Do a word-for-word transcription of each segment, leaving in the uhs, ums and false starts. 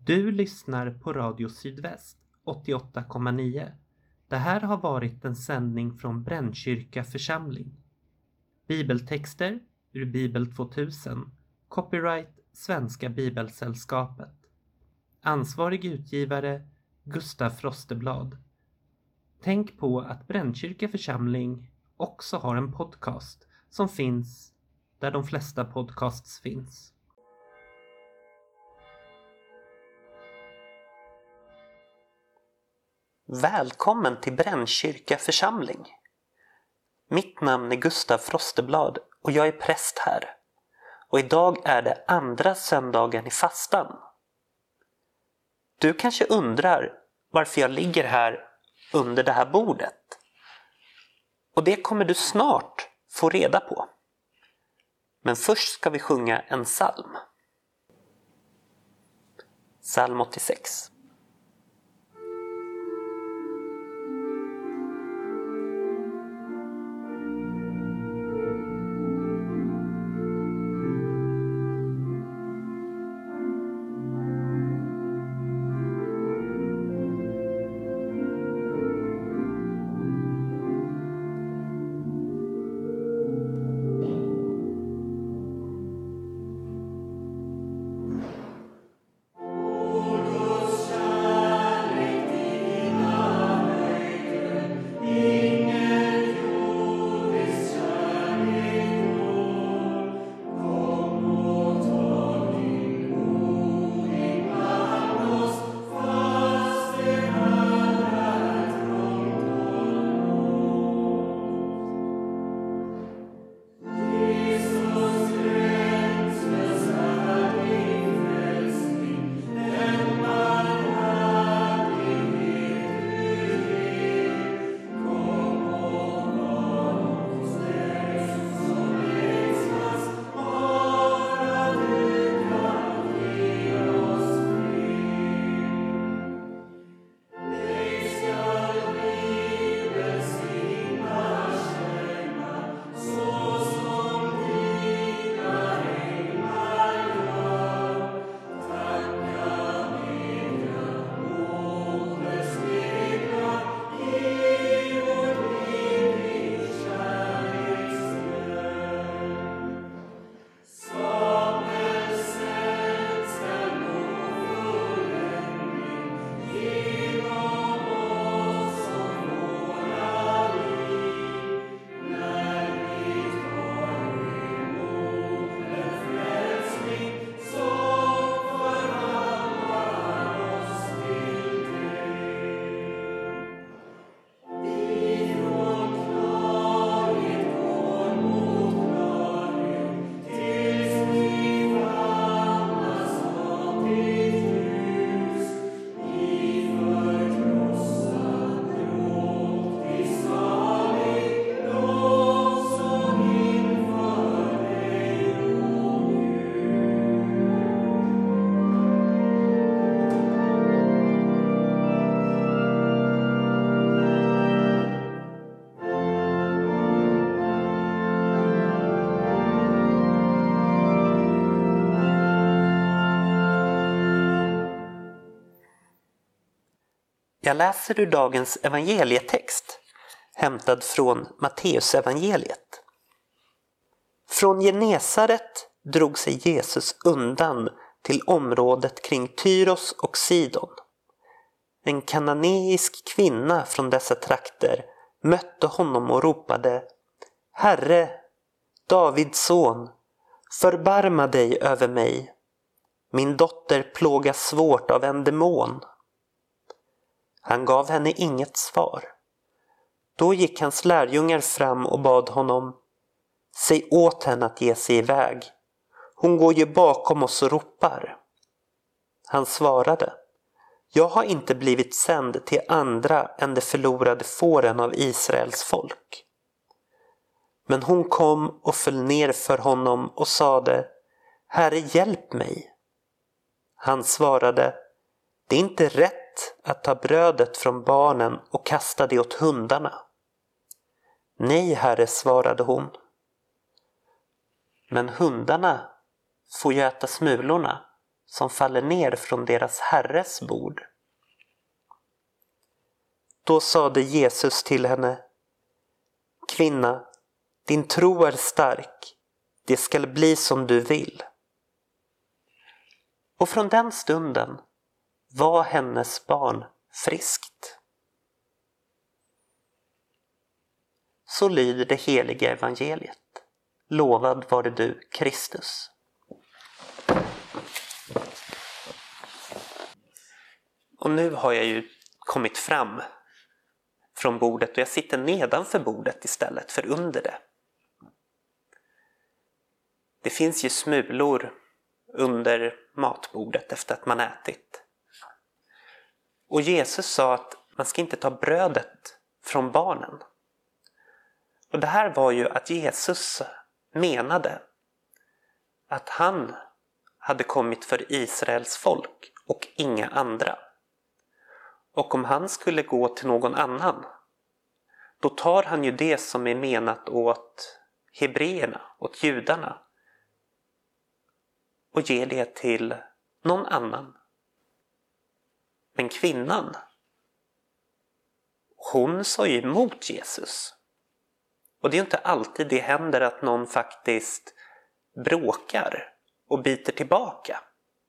Du lyssnar på Radio Sydväst åttioåtta komma nio. Det här har varit en sändning från Brännkyrka församling. Bibeltexter ur Bibel tvåtusen. Copyright Svenska Bibelsällskapet. Ansvarig utgivare Gustaf Frosteblad. Tänk på att Brännkyrka församling också har en podcast som finns där de flesta podcasts finns. Välkommen till Brännkyrka församling. Mitt namn är Gustaf Frosteblad och jag är präst här. Och idag är det andra söndagen i fastan. Du kanske undrar varför jag ligger här under det här bordet. Och det kommer du snart få reda på. Men först ska vi sjunga en psalm. Psalm åttiosex. Jag läser ur dagens evangelietext, hämtad från Matteus evangeliet. Från Genesaret drog sig Jesus undan till området kring Tyros och Sidon. En kananeisk kvinna från dessa trakter mötte honom och ropade: Herre, Davids son, förbarma dig över mig. Min dotter plågas svårt av en demon. Han gav henne inget svar. Då gick hans lärjungar fram och bad honom: Säg åt henne att ge sig iväg. Hon går ju bakom oss och ropar. Han svarade: Jag har inte blivit sänd till andra än de förlorade fåren av Israels folk. Men hon kom och föll ner för honom och sade: Herre, hjälp mig. Han svarade: Det är inte rätt att ta brödet från barnen och kasta det åt hundarna. Nej, herre, svarade hon. Men hundarna får ju äta smulorna som faller ner från deras herres bord. Då sade Jesus till henne: Kvinna, din tro är stark, det skall bli som du vill. Och från den stunden var hennes barn friskt. Så lyder det heliga evangeliet. Lovad vare du, Kristus. Och nu har jag ju kommit fram från bordet och jag sitter nedanför bordet istället för under det. Det finns ju smulor under matbordet efter att man ätit. Och Jesus sa att man ska inte ta brödet från barnen. Och det här var ju att Jesus menade att han hade kommit för Israels folk och inga andra. Och om han skulle gå till någon annan, då tar han ju det som är menat åt hebreerna, åt judarna, och ger det till någon annan. Men kvinnan, hon sa ju emot Jesus. Och det är ju inte alltid det händer att någon faktiskt bråkar och biter tillbaka.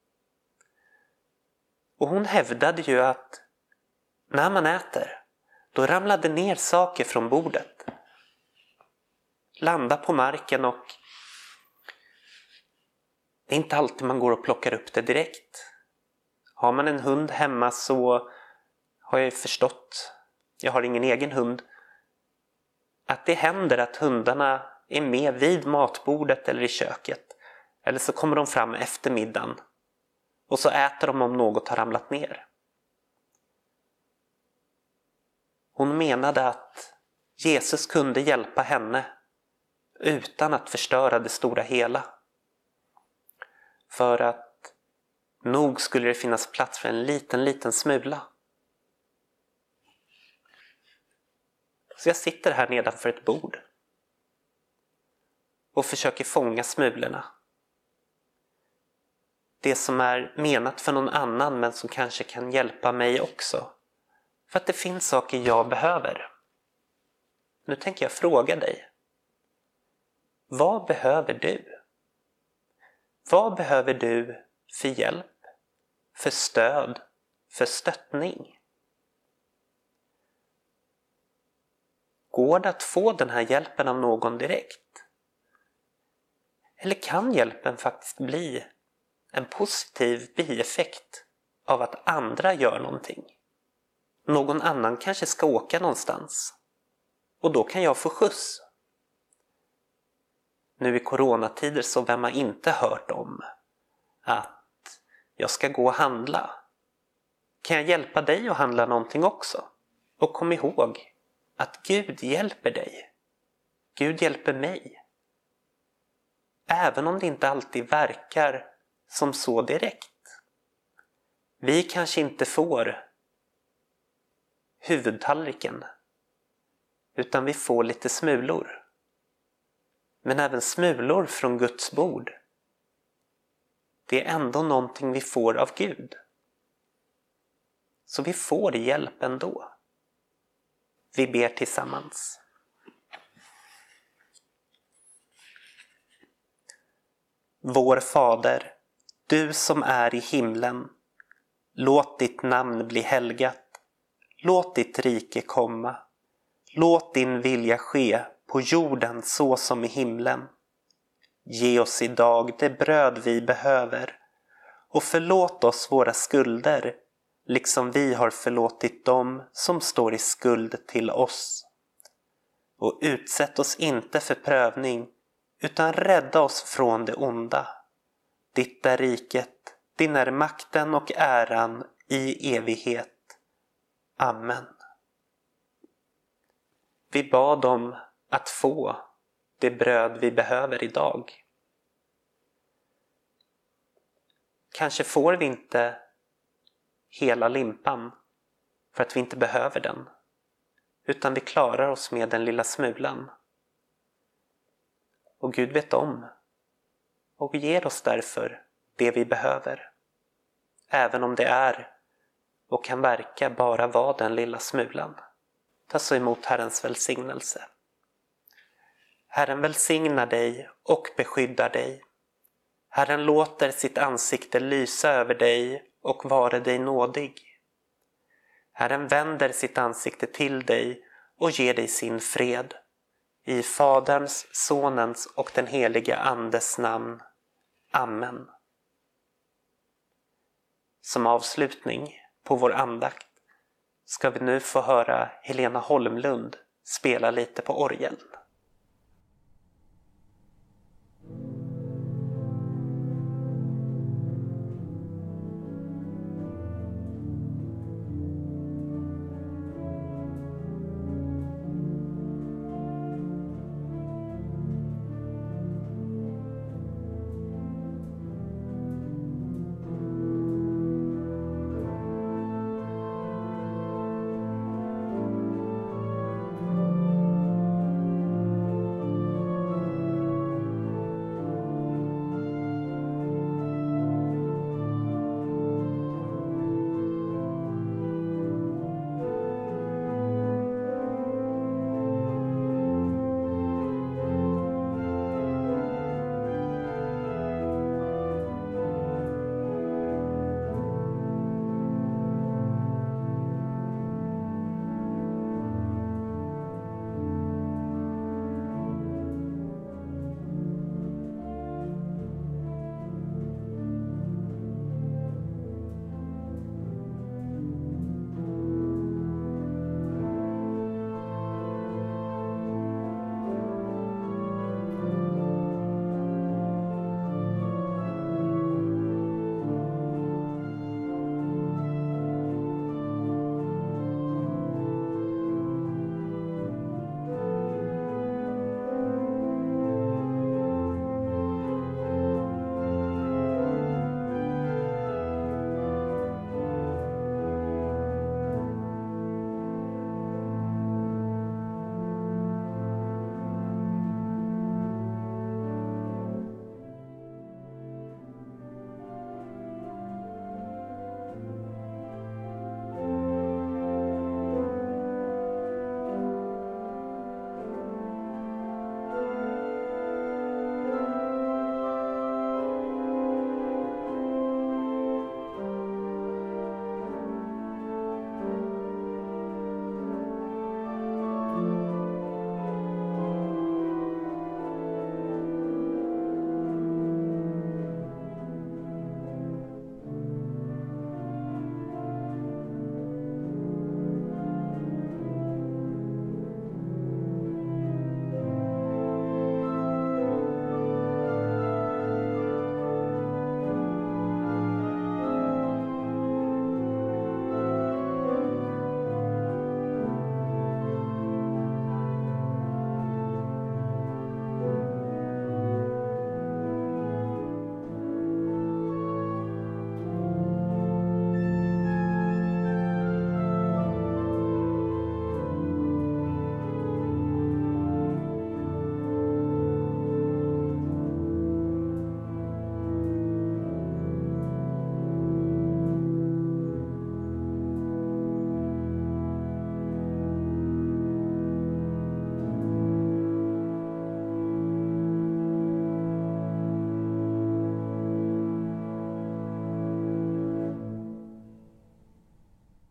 Och hon hävdade ju att när man äter, då ramlade ner saker från bordet. Landa på marken och det är inte alltid man går och plockar upp det direkt. Har man en hund hemma så har jag förstått, jag har ingen egen hund, att det händer att hundarna är med vid matbordet eller i köket. Eller så kommer de fram efter middagen och så äter de om något har ramlat ner. Hon menade att Jesus kunde hjälpa henne utan att förstöra det stora hela. För att nog skulle det finnas plats för en liten, liten smula. Så jag sitter här nedanför ett bord och försöker fånga smulorna. Det som är menat för någon annan men som kanske kan hjälpa mig också. För att det finns saker jag behöver. Nu tänker jag fråga dig. Vad behöver du? Vad behöver du för hjälp, för stöd, för stöttning? Går det att få den här hjälpen av någon direkt? Eller kan hjälpen faktiskt bli en positiv bieffekt av att andra gör någonting? Någon annan kanske ska åka någonstans och då kan jag få skjuts. Nu i coronatider så vem har inte hört om att jag ska gå och handla? Kan jag hjälpa dig att handla någonting också? Och kom ihåg att Gud hjälper dig. Gud hjälper mig. Även om det inte alltid verkar som så direkt. Vi kanske inte får huvudtallriken, utan vi får lite smulor. Men även smulor från Guds bord, det är ändå någonting vi får av Gud. Så vi får hjälp ändå. Vi ber tillsammans. Vår Fader, du som är i himlen, låt ditt namn bli helgat. Låt ditt rike komma. Låt din vilja ske på jorden så som i himlen. Ge oss idag det bröd vi behöver och förlåt oss våra skulder liksom vi har förlåtit dem som står i skuld till oss. Och utsätt oss inte för prövning utan rädda oss från det onda. Ditt är riket, din är makten och äran i evighet. Amen. Vi bad om att få det bröd vi behöver idag. Kanske får vi inte hela limpan för att vi inte behöver den, utan vi klarar oss med den lilla smulan. Och Gud vet om och ger oss därför det vi behöver. även om det är och kan verka bara vara den lilla smulan. Ta så emot Herrens välsignelse. Herren välsignar dig och beskyddar dig. Herren låter sitt ansikte lysa över dig och vara dig nådig. Herren vänder sitt ansikte till dig och ger dig sin fred. I Faderns, Sonens och den helige Andes namn. Amen. Som avslutning på vår andakt ska vi nu få höra Helena Holmlund spela lite på orgeln.